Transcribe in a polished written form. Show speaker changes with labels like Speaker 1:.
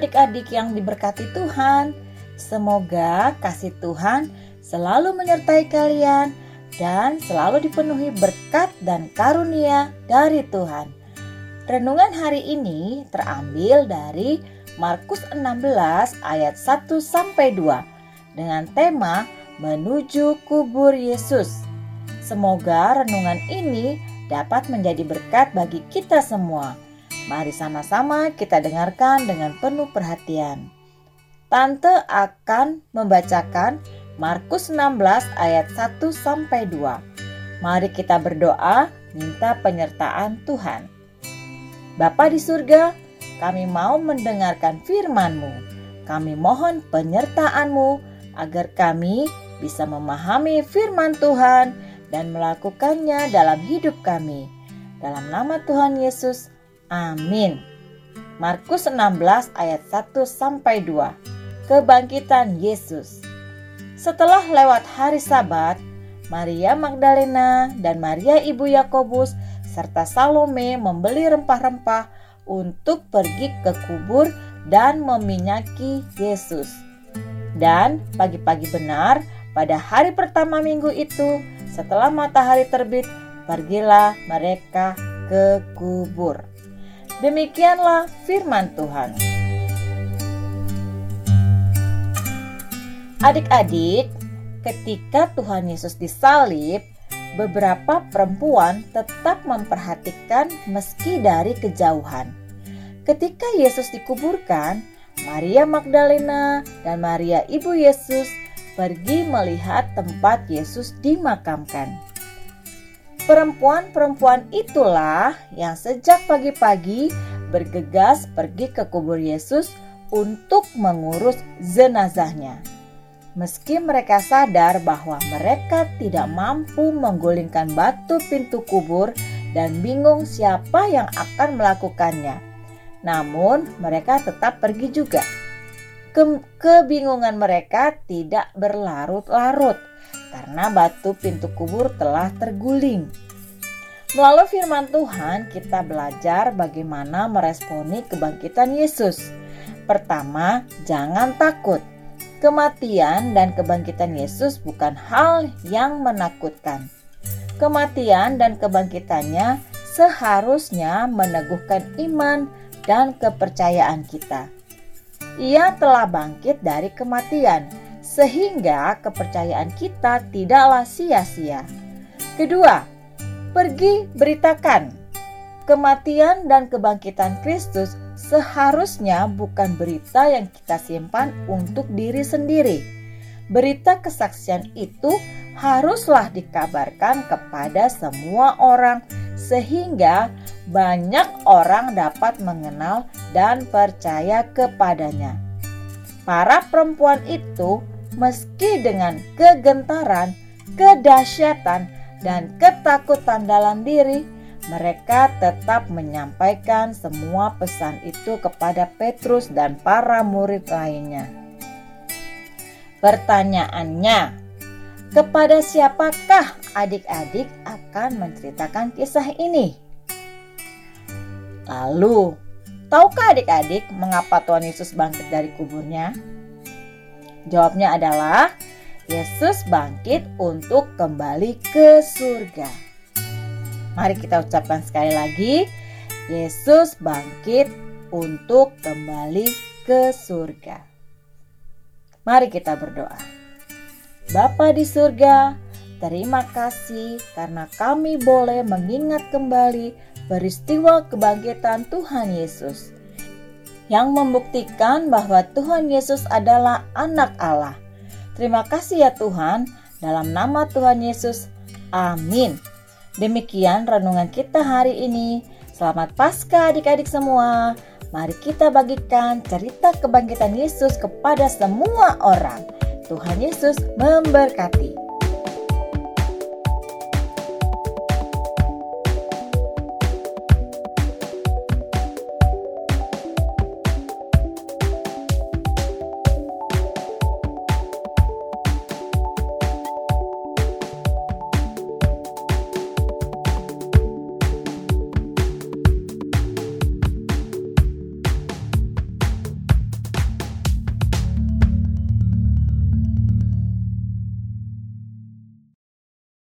Speaker 1: adik-adik yang diberkati Tuhan. Semoga kasih Tuhan selalu menyertai kalian dan selalu dipenuhi berkat dan karunia dari Tuhan. Renungan hari ini terambil dari Markus 16 ayat 1-2 dengan tema menuju kubur Yesus. Semoga renungan ini dapat menjadi berkat bagi kita semua. Mari sama-sama kita dengarkan dengan penuh perhatian. Tante akan membacakan Markus 16 ayat 1-2. Mari kita berdoa minta penyertaan Tuhan. Bapa di surga, kami mau mendengarkan firman-Mu. Kami mohon penyertaan-Mu agar kami bisa memahami firman Tuhan dan melakukannya dalam hidup kami. Dalam nama Tuhan Yesus, amin. Markus 16 ayat 1-2. Kebangkitan Yesus. Setelah lewat hari Sabat, Maria Magdalena dan Maria ibu Yakobus serta Salome membeli rempah-rempah untuk pergi ke kubur dan meminyaki Yesus. Dan pagi-pagi benar pada hari pertama minggu itu, setelah matahari terbit, pergilah mereka ke kubur. Demikianlah firman Tuhan. Adik-adik, ketika Tuhan Yesus disalib, beberapa perempuan tetap memperhatikan meski dari kejauhan. Ketika Yesus dikuburkan, Maria Magdalena dan Maria ibu Yesus pergi melihat tempat Yesus dimakamkan. Perempuan-perempuan itulah yang sejak pagi-pagi bergegas pergi ke kubur Yesus untuk mengurus jenazahnya. Meski mereka sadar bahwa mereka tidak mampu menggulingkan batu pintu kubur dan bingung siapa yang akan melakukannya, namun mereka tetap pergi juga. Kebingungan mereka tidak berlarut-larut karena batu pintu kubur telah terguling. Melalui firman Tuhan, kita belajar bagaimana meresponi kebangkitan Yesus. Pertama, jangan takut. Kematian dan kebangkitan Yesus bukan hal yang menakutkan. Kematian dan kebangkitannya seharusnya meneguhkan iman dan kepercayaan kita. Ia telah bangkit dari kematian, sehingga kepercayaan kita tidaklah sia-sia. Kedua, pergi beritakan. Kematian dan kebangkitan Kristus seharusnya bukan berita yang kita simpan untuk diri sendiri. Berita kesaksian itu haruslah dikabarkan kepada semua orang sehingga banyak orang dapat mengenal dan percaya kepadanya. Para perempuan itu meski dengan kegentaran, kedahsyatan, dan ketakutan dalam diri, mereka tetap menyampaikan semua pesan itu kepada Petrus dan para murid lainnya. Pertanyaannya, kepada siapakah adik-adik akan menceritakan kisah ini? Lalu, tahukah adik-adik mengapa Tuhan Yesus bangkit dari kuburnya? Jawabnya adalah, Yesus bangkit untuk kembali ke surga. Mari kita ucapkan sekali lagi, Yesus bangkit untuk kembali ke surga. Mari kita berdoa. Bapa di surga, terima kasih karena kami boleh mengingat kembali peristiwa kebangkitan Tuhan Yesus yang membuktikan bahwa Tuhan Yesus adalah anak Allah. Terima kasih ya Tuhan, dalam nama Tuhan Yesus, amin. Demikian renungan kita hari ini. Selamat Paskah adik-adik semua. Mari kita bagikan cerita kebangkitan Yesus kepada semua orang. Tuhan Yesus memberkati.